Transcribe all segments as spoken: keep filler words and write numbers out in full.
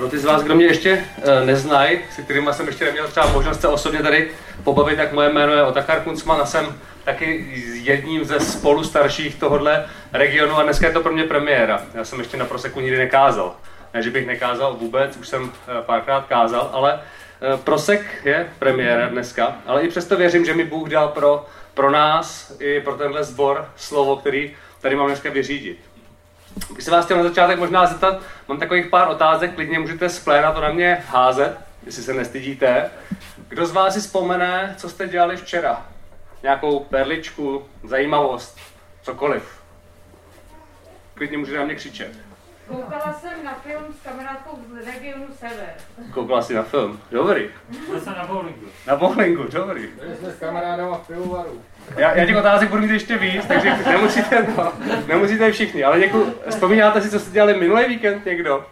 Pro ty z vás, kdo mě ještě uh, neznají, se kterými jsem ještě neměl třeba možnost se osobně tady pobavit, tak moje jméno je Otakar Kunzman a jsem taky jedním ze spolu starších tohohle regionu a dneska je to pro mě premiéra. Já jsem ještě na Proseku nikdy nekázal. Ne, že bych nekázal vůbec, už jsem uh, párkrát kázal, ale uh, Prosek je premiéra dneska, ale i přesto věřím, že mi Bůh dal pro, pro nás i pro tenhle sbor slovo, který tady mám dneska vyřídit. Když se vás chtěl na začátek možná zeptat, mám takových pár otázek, klidně můžete z pléna to na mě házet, jestli se nestydíte. Kdo z vás si vzpomene, co jste dělali včera? Nějakou perličku, zajímavost, cokoliv. Klidně můžete na mě křičet. Koukala jsem na film s kamarádkou z regionu Sever. Koukala jsi na film? Dobrý. Byl jsem na bowlingu. Na bowlingu, dobrý. Byli jsme s kamarádama v pivovaru. Já, já těch otázek budu mít ještě víc, takže nemusíte, no, nemusíte všichni, ale děkuji. Vzpomínáte si, co jste dělali minulý víkend někdo?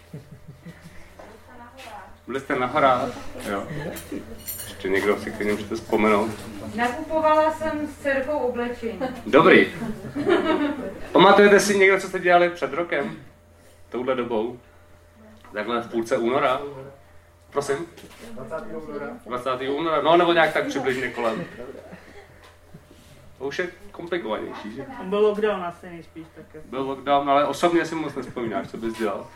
Byli jste na horách? Jo. Ještě někdo si klidně můžete vzpomenout. Nakupovala jsem s dcerkou oblečení. Dobrý. Pamatujete si někdo, co jste dělali před rokem? Touhle dobou? Takhle v půlce února? Prosím? dvacátého února. dvacátého února, no nebo nějak tak přibližně kolem. To už je komplikovanější, že? Byl lockdown asi nejspíš také. Byl lockdown, ale osobně si moc nespomínáš, co bys dělal.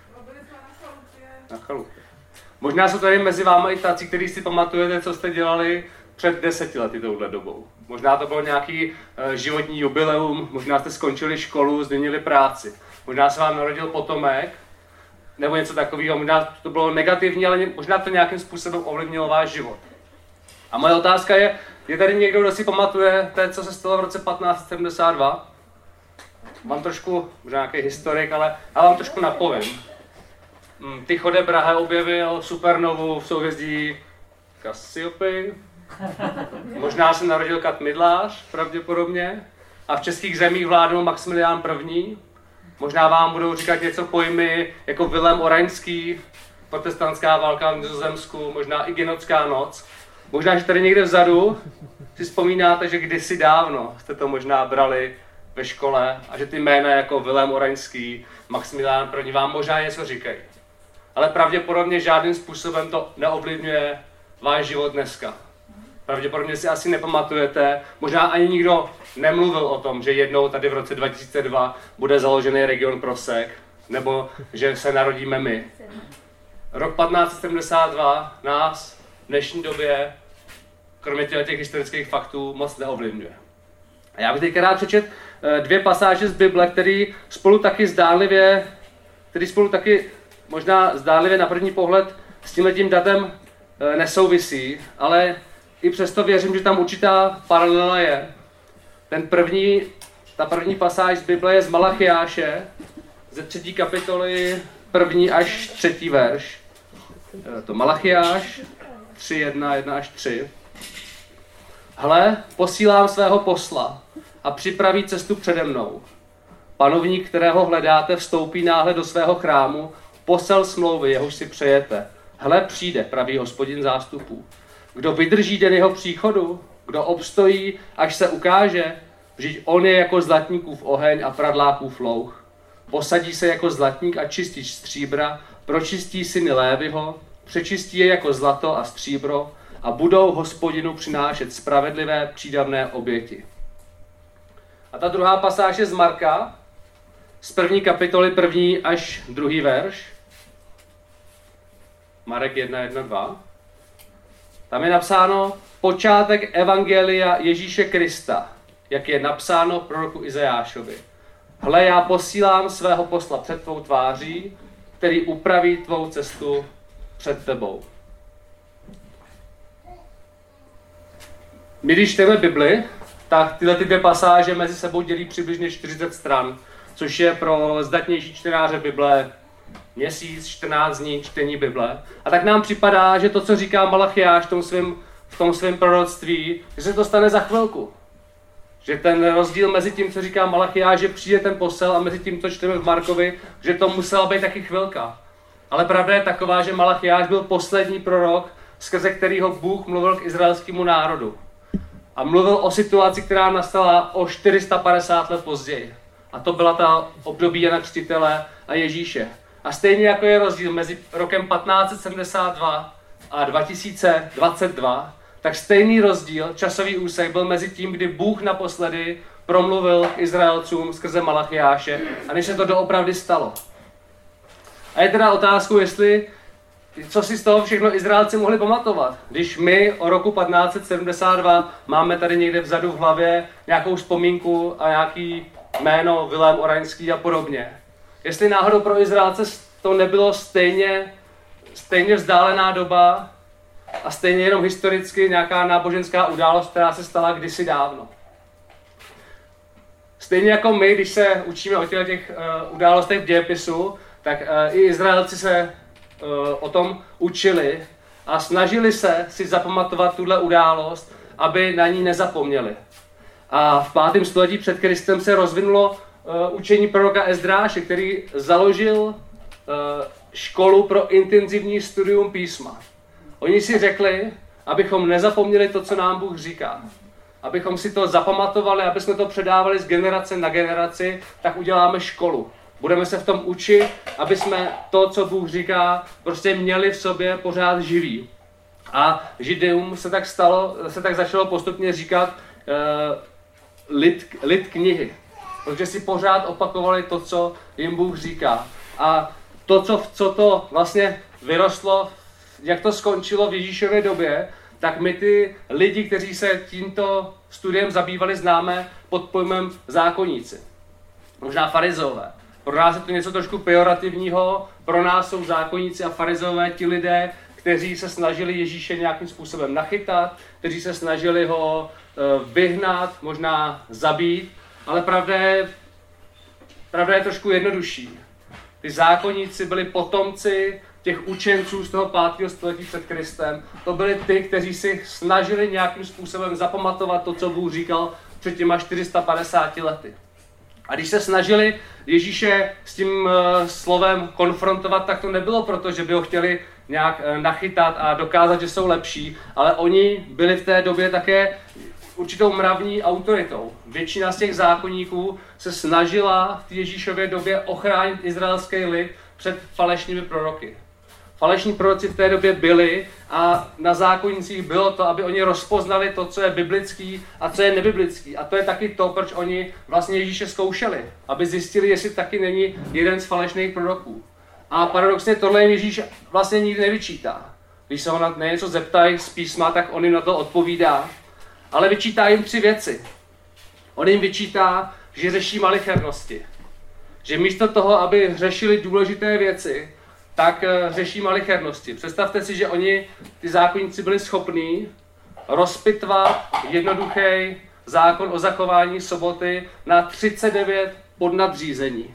Na chalupě. Možná jsou tady mezi vámi i tací, kteří si pamatujete, co jste dělali před deseti lety touhle dobou. Možná to bylo nějaký uh, životní jubileum, možná jste skončili školu, změnili práci. Možná se vám narodil potomek, nebo něco takového. Možná to bylo negativní, ale možná to nějakým způsobem ovlivnilo váš život. A moje otázka je, je tady někdo, kdo si pamatuje to, co se stalo v roce patnáct sedmdesát dva? Mám trošku, možná nějaký historik, ale já vám trošku napovím. Tycho de Brahe objevil supernovu v souhvězdí Kassiopy. Možná se narodil Kat Midlář, pravděpodobně. A v českých zemích vládnul Maxmilián první. Možná vám budou říkat něco pojmy jako Vilém Oraňský, protestantská válka v Nizozemsku, možná i Genotská noc. Možná, že tady někde vzadu si vzpomínáte, že kdysi dávno jste to možná brali ve škole a že ty jména jako Vilém Oraňský, Maxmilián první vám možná něco říkají. Ale pravděpodobně žádným způsobem to neovlivňuje váš život dneska. Pravděpodobně si asi nepamatujete, možná ani nikdo nemluvil o tom, že jednou tady v roce dva tisíce dva bude založený region Prosek, nebo že se narodíme my. Rok patnáct sedmdesát dva nás v dnešní době, kromě těch historických faktů, moc neovlivňuje. A já bych teď rád přečet dvě pasáže z Bible, které spolu taky zdánlivě, které spolu taky možná zdánlivě na první pohled s tímhletím datem nesouvisí, ale i přesto věřím, že tam určitá paralela je. Ten první, ta první pasáž z Bible je z Malachiáše, ze třetí kapitoly, první až třetí verš. To Malachiáš tři, jedna, jedna až tři. Hle, posílám svého posla a připraví cestu přede mnou. Panovník, kterého hledáte, vstoupí náhle do svého chrámu, posel smlouvy, jehož si přejete. Hle, přijde, praví Hospodin zástupů. Kdo vydrží den jeho příchodu, kdo obstojí, až se ukáže, vždyť on je jako zlatníkův oheň a pradlákův louh. Posadí se jako zlatník a čistič stříbra, pročistí syny Lévyho, přečistí je jako zlato a stříbro a budou Hospodinu přinášet spravedlivé přídavné oběti. A ta druhá pasáž je z Marka, z první kapitoly, první až druhý verš. Marek jedna, jedna, dva. Tam je napsáno počátek evangelia Ježíše Krista, jak je napsáno v proroku Izajášovi. Hle, já posílám svého posla před tvou tváří, který upraví tvou cestu před tebou. My když čteme Bibli, tak tyhle ty dvě pasáže mezi sebou dělí přibližně čtyřicet stran, což je pro zdatnější čtenáře Bible měsíc, čtrnáct dní čtení Bible. A tak nám připadá, že to, co říká Malachiáš v tom svém, v tom svém proroctví, že se to stane za chvilku. Že ten rozdíl mezi tím, co říká Malachiáš, že přijde ten posel, a mezi tím, co čteme v Markovi, že to musela být taky chvilka. Ale pravda je taková, že Malachiáš byl poslední prorok, skrze kterého Bůh mluvil k izraelskému národu. A mluvil o situaci, která nastala o čtyři sta padesát let později. A to byla ta období Jana Křtitele a Ježíše. A stejně jako je rozdíl mezi rokem patnáct set sedmdesát dva a dva tisíce dvacet dva, tak stejný rozdíl, časový úsek, byl mezi tím, kdy Bůh naposledy promluvil k Izraelcům skrze Malachiáše a než se to doopravdy stalo. A je teda otázkou, jestli, co si z toho všechno Izraelci mohli pamatovat. Když my o roku patnáct set sedmdesát dva máme tady někde vzadu v hlavě nějakou vzpomínku a nějaký jméno Vilém Oraňský a podobně. Jestli náhodou pro Izraelce to nebylo stejně, stejně vzdálená doba a stejně jenom historicky nějaká náboženská událost, která se stala kdysi dávno. Stejně jako my, když se učíme o těch, těch uh, událostech v dějepisu, tak uh, i Izraelci se uh, o tom učili a snažili se si zapamatovat tuhle událost, aby na ní nezapomněli. A v pátém století před Kristem se rozvinulo uh, učení proroka Ezdráše, který založil uh, školu pro intenzivní studium písma. Oni si řekli, abychom nezapomněli to, co nám Bůh říká. Abychom si to zapamatovali, aby jsme to předávali z generace na generaci, tak uděláme školu. Budeme se v tom učit, aby jsme to, co Bůh říká, prostě měli v sobě pořád živý. A Židům se tak stalo, se tak začalo postupně říkat uh, lid, lid knihy. Protože si pořád opakovali to, co jim Bůh říká. A to, co, co to vlastně vyrostlo, jak to skončilo v Ježíšově době, tak my ty lidi, kteří se tímto studiem zabývali, známe pod pojmem zákonníci. Možná farizové. Pro nás je to něco trošku pejorativního, pro nás jsou zákonníci a farizové ti lidé, kteří se snažili Ježíše nějakým způsobem nachytat, kteří se snažili ho vyhnat, možná zabít, ale pravda je, pravda je trošku jednodušší. Ty zákonníci byli potomci těch učenců z toho pátého století před Kristem. To byli ty, kteří si snažili nějakým způsobem zapamatovat to, co Bůh říkal před těma čtyři sta padesáti lety. A když se snažili Ježíše s tím uh, slovem konfrontovat, tak to nebylo proto, že by ho chtěli nějak uh, nachytat a dokázat, že jsou lepší, ale oni byli v té době také určitou mravní autoritou. Většina z těch zákonníků se snažila v Ježíšově době ochránit izraelský lid před falešnými proroky. Falešní proroci v té době byli a na zákonnicích bylo to, aby oni rozpoznali to, co je biblický a co je nebiblický. A to je taky to, proč oni vlastně Ježíše zkoušeli, aby zjistili, jestli taky není jeden z falešných proroků. A paradoxně tohle jim Ježíš vlastně nikdy nevyčítá. Když se ho na něco zeptají z písma, tak on jim na to odpovídá. Ale vyčítá jim tři věci. On jim vyčítá, že řeší malichernosti. Že místo toho, aby řešili důležité věci, tak řeší malichernosti. Představte si, že oni, ty zákonníci, byli schopní rozpitvat jednoduchý zákon o zachování soboty na třicet devět podnadřízení.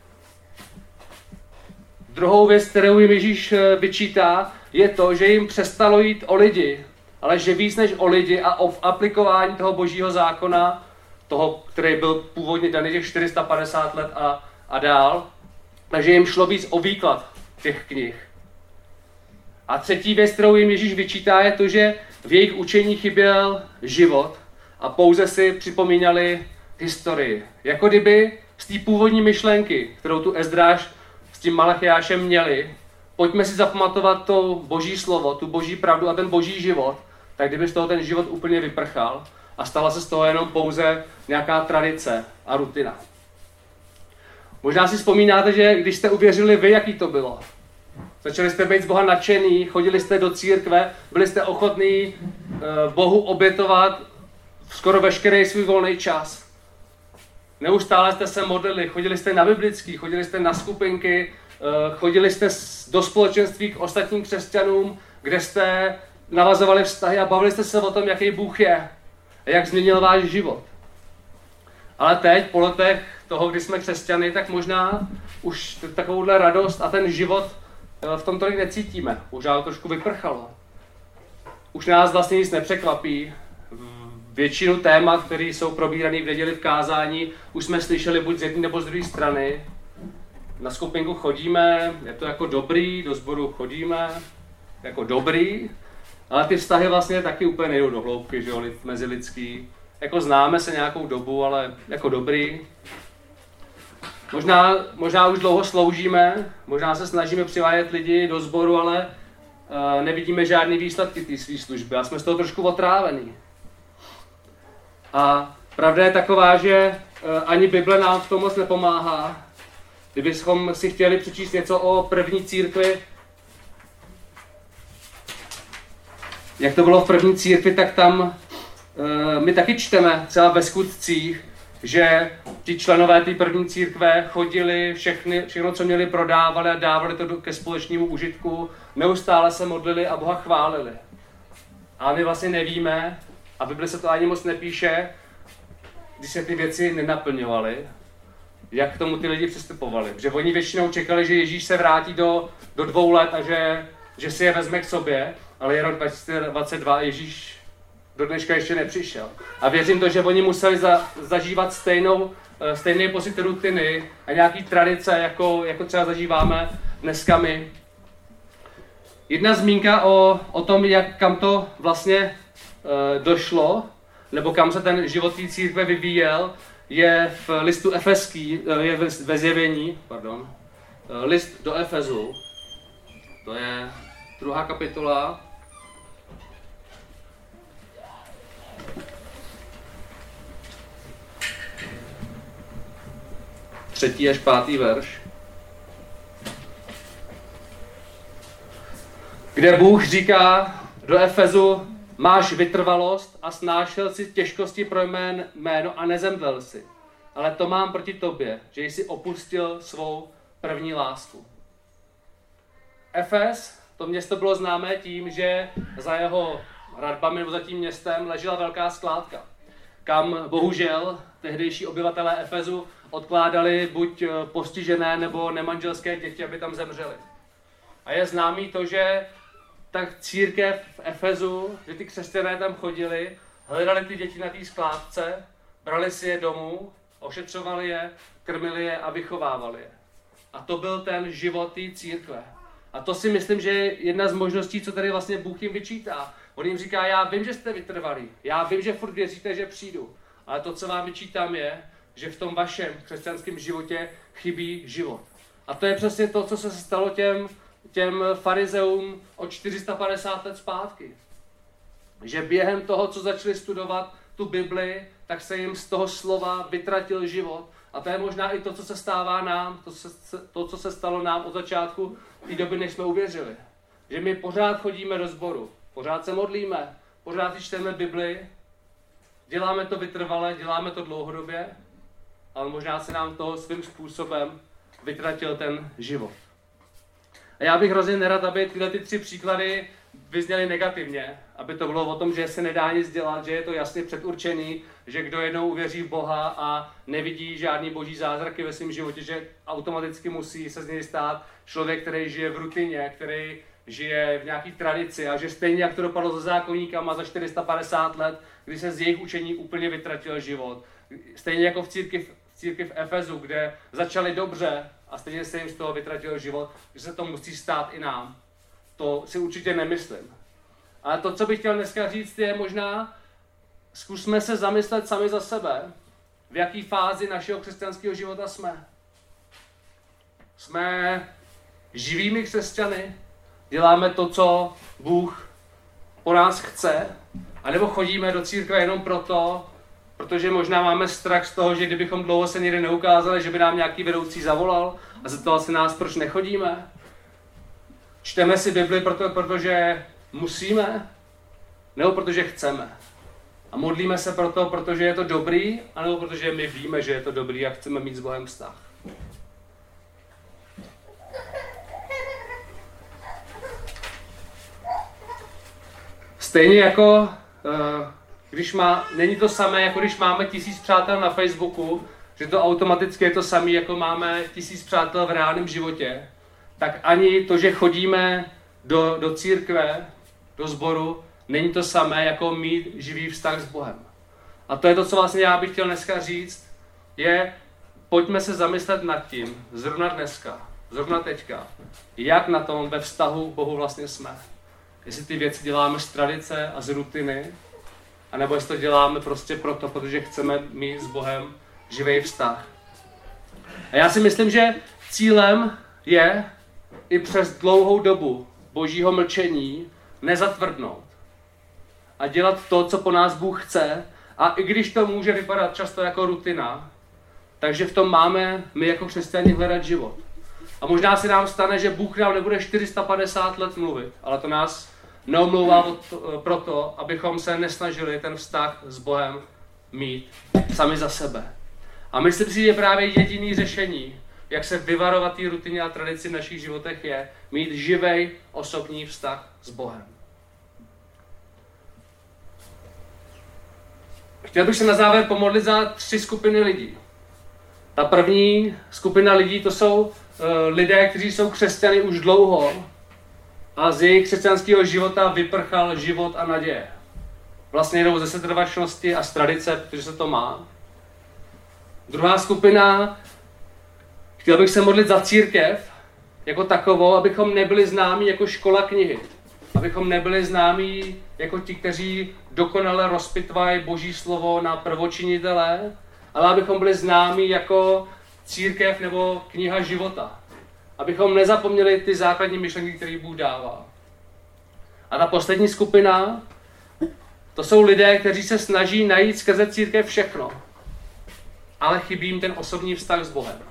Druhou věc, kterou jim Ježíš vyčítá, je to, že jim přestalo jít o lidi, ale že víc než o lidi a o aplikování toho božího zákona, toho, který byl původně daný těch čtyři sta padesát let a, a dál, takže jim šlo víc o výklad těch knih. A třetí věc, kterou jim Ježíš vyčítá, je to, že v jejich učení chyběl život a pouze si připomínali historii. Jako kdyby z té původní myšlenky, kterou tu Ezdráš s tím Malachiášem měli, pojďme si zapamatovat to boží slovo, tu boží pravdu a ten boží život, tak kdyby z toho ten život úplně vyprchal a stala se z toho jenom pouze nějaká tradice a rutina. Možná si vzpomínáte, že když jste uvěřili vy, jaký to bylo. Začali jste být z Boha nadšený, chodili jste do církve, byli jste ochotní Bohu obětovat skoro veškerý svůj volný čas. Neustále jste se modlili, chodili jste na biblický, chodili jste na skupinky, chodili jste do společenství k ostatním křesťanům, kde jste navazovali vztahy a bavili jste se o tom, jaký Bůh je a jak změnil váš život. Ale teď, po letech toho, kdy jsme křesťany, tak možná už takovouhle radost a ten život v tom tolik necítíme. Už nám trošku vyprchalo. Už nás vlastně nic nepřekvapí. Většinu témat, které jsou probírané v neděli v kázání, už jsme slyšeli buď z jedné nebo z druhé strany. Na skupinku chodíme, je to jako dobrý, do sboru chodíme, jako dobrý, ale ty vztahy vlastně taky úplně nejdou do hloubky, že jo, mezilidský. Jako známe se nějakou dobu, ale jako dobrý. Možná, možná už dlouho sloužíme, možná se snažíme přivádět lidi do sboru, ale uh, nevidíme žádný výsledky té své služby a jsme z toho trošku otrávení. A pravda je taková, že uh, ani Bible nám v tom moc nepomáhá. Kdybychom si chtěli přečíst něco o první církvi, jak to bylo v první církvi, tak tam uh, my taky čteme, třeba ve Skutcích, že ti členové té první církve chodili, všechny, všechno, co měli, prodávali a dávali to ke společnému užitku, neustále se modlili a Boha chválili. A my vlastně nevíme, a v Bibli se to ani moc nepíše, když se ty věci nenaplňovaly, jak k tomu ty lidi přistupovali. Protože oni většinou čekali, že Ježíš se vrátí do, do dvou let a že, že si je vezme k sobě, ale je rok dva tisíce dvacet dva a Ježíš do dneška ještě nepřišel. A věřím to, že oni museli za, zažívat stejnou, stejný pocit rutiny a nějaký tradice, jako, jako třeba zažíváme dneska my. Jedna zmínka o, o tom, jak, kam to vlastně e, došlo, nebo kam se ten život té církve vyvíjel, je v listu Efeský, je ve Zjevení, pardon, list do Efezu, to je druhá kapitola, třetí až pátý verš, kde Bůh říká do Efezu: máš vytrvalost a snášel si těžkosti pro jmén, jméno a nezemdlel si. Ale to mám proti tobě, že jsi opustil svou první lásku. Efes, to město bylo známé tím, že za jeho hradbami nebo za tím městem ležela velká skládka, kam bohužel tehdejší obyvatelé Efezu odkládali buď postižené nebo nemanželské děti, aby tam zemřeli. A je známý to, že tak církev v Efezu, že ty křesťané tam chodili, hledali ty děti na té skládce, brali si je domů, ošetřovali je, krmili je a vychovávali je. A to byl ten život té církve. A to si myslím, že je jedna z možností, co tady vlastně Bůh jim vyčítá. On jim říká: já vím, že jste vytrvalí, já vím, že furt věříte, že přijdu, ale to, co vám vyčítám, je, že v tom vašem křesťanském životě chybí život. A to je přesně to, co se stalo těm, těm farizeům o čtyři sta padesát let zpátky. Že během toho, co začali studovat tu Bibli, tak se jim z toho slova vytratil život. A to je možná i to, co se stává nám, to, se, to co se stalo nám od začátku té doby, než jsme uvěřili. Že my pořád chodíme do sboru, pořád se modlíme, pořád si čteme Bibli, děláme to vytrvale, děláme to dlouhodobě, ale možná se nám toho svým způsobem vytratil ten život. A já bych hrozně nerad, aby tyhle ty tři příklady vyzněly negativně, aby to bylo o tom, že se nedá nic dělat, že je to jasně předurčený, že kdo jednou uvěří v Boha a nevidí žádný boží zázraky ve svém životě, že automaticky musí se z něj stát člověk, který žije v rutině, který žije v nějaký tradici a že stejně jak to dopadlo se zákonníkama za čtyři sta padesát let, kdy se z jejich učení úplně vytratil život. Stejně jako v církvi, v církvi v Efezu, kde začali dobře a stejně se jim z toho vytratil život, že se to musí stát i nám. To si určitě nemyslím. Ale to, co bych chtěl dneska říct, je možná, zkusme se zamyslet sami za sebe, v jaký fázi našeho křesťanského života jsme. Jsme živými křesťany, děláme to, co Bůh po nás chce, anebo chodíme do církve jenom proto, protože možná máme strach z toho, že kdybychom dlouho se někde neukázali, že by nám nějaký vedoucí zavolal a zeptal se nás, proč nechodíme. Čteme si Bibli proto, protože musíme, nebo protože chceme. A modlíme se proto, protože je to dobrý, anebo protože my víme, že je to dobrý a chceme mít s Bohem vztah. Stejně jako, když má, není to samé, jako když máme tisíc přátel na Facebooku, že to automaticky je to samé, jako máme tisíc přátel v reálném životě, tak ani to, že chodíme do, do církve, do sboru, není to samé, jako mít živý vztah s Bohem. A to je to, co vlastně já bych chtěl dneska říct, je, pojďme se zamyslet nad tím, zrovna dneska, zrovna teďka, jak na tom ve vztahu k Bohu vlastně jsme. Jestli ty věci děláme z tradice a z rutiny, anebo jestli to děláme prostě proto, protože chceme mít s Bohem živý vztah. A já si myslím, že cílem je i přes dlouhou dobu božího mlčení nezatvrdnout a dělat to, co po nás Bůh chce, a i když to může vypadat často jako rutina, takže v tom máme my jako křesťané hledat život. A možná se nám stane, že Bůh nám nebude čtyři sta padesát let mluvit, ale to nás neomlouvá proto, abychom se nesnažili ten vztah s Bohem mít sami za sebe. A myslím si, že právě jediný řešení, jak se vyvarovat té rutině a tradici v našich životech, je mít živej osobní vztah s Bohem. Chtěl bych se na závěr pomodlit za tři skupiny lidí. Ta první skupina lidí, to jsou uh, lidé, kteří jsou křesťany už dlouho a z jejich křesťanského života vyprchal život a naděje. Vlastně jdou ze setrvačnosti a z tradice, protože se to má. Druhá skupina, chtěl bych se modlit za církev jako takovou, abychom nebyli známí jako škola knihy. Abychom nebyli známí jako ti, kteří dokonale rozpitvají Boží slovo na prvočinitele, ale abychom byli známí jako církev nebo kniha života. Abychom nezapomněli ty základní myšlenky, které Bůh dává. A ta poslední skupina, to jsou lidé, kteří se snaží najít skrze církev všechno, ale chybí jim ten osobní vztah s Bohem.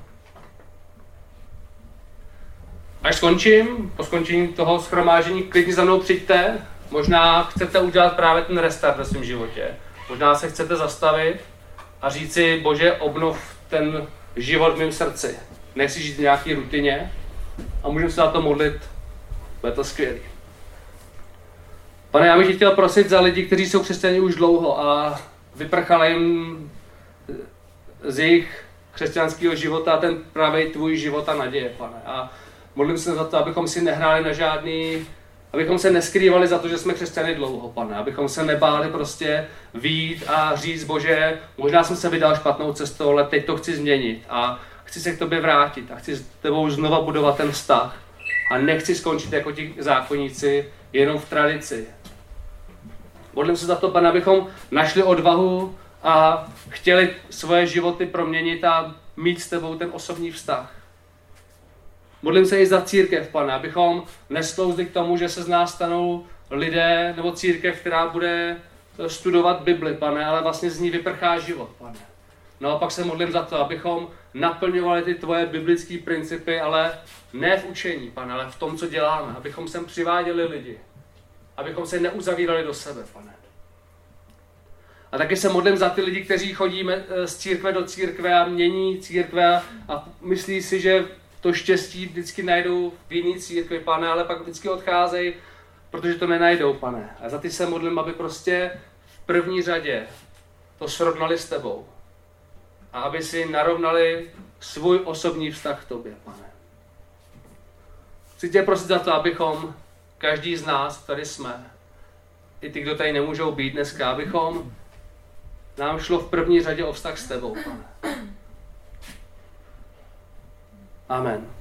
Až skončím, po skončení toho shromáždění, klidně za mnou přijďte. Možná chcete udělat právě ten restart ve svém životě. Možná se chcete zastavit a říct si, Bože, obnov ten život v mém srdci. Nechci žít v nějaké rutině a můžeme se na to modlit. Bude to skvělý. Pane, já bych chtěl prosit za lidi, kteří jsou křesťané už dlouho a vyprchala jim z jejich křesťanského života ten pravý tvůj život a naděje, pane. A modlím se za to, abychom si nehráli na žádný, abychom se neskrývali za to, že jsme křesťany dlouho, pane. Abychom se nebáli prostě vyjít a říct, Bože, možná jsem se vydal špatnou cestou, ale teď to chci změnit a chci se k tobě vrátit a chci s tebou znova budovat ten vztah. A nechci skončit jako ti zákonníci jenom v tradici. Modlím se za to, pane, abychom našli odvahu a chtěli svoje životy proměnit a mít s tebou ten osobní vztah. Modlím se i za církev, pane, abychom nesklouzli k tomu, že se z nás stanou lidé nebo církev, která bude studovat Bibli, pane, ale vlastně z ní vyprchá život, pane. No a pak se modlím za to, abychom naplňovali ty tvoje biblické principy, ale ne v učení, pane, ale v tom, co děláme. Abychom sem přiváděli lidi. Abychom se neuzavírali do sebe, pane. A taky se modlím za ty lidi, kteří chodí z církve do církve a mění církve a myslí si, že to štěstí vždycky najdou v jiný církvi, pane, ale pak vždycky odcházejí, protože to nenajdou, pane. A za ty se modlím, aby prostě v první řadě to srovnali s tebou. A aby si narovnali svůj osobní vztah k tobě, pane. Chci tě prosit za to, abychom, každý z nás, tady jsme, i ty, kdo tady nemůžou být dneska, abychom nám šlo v první řadě o vztah s tebou, pane. Amen.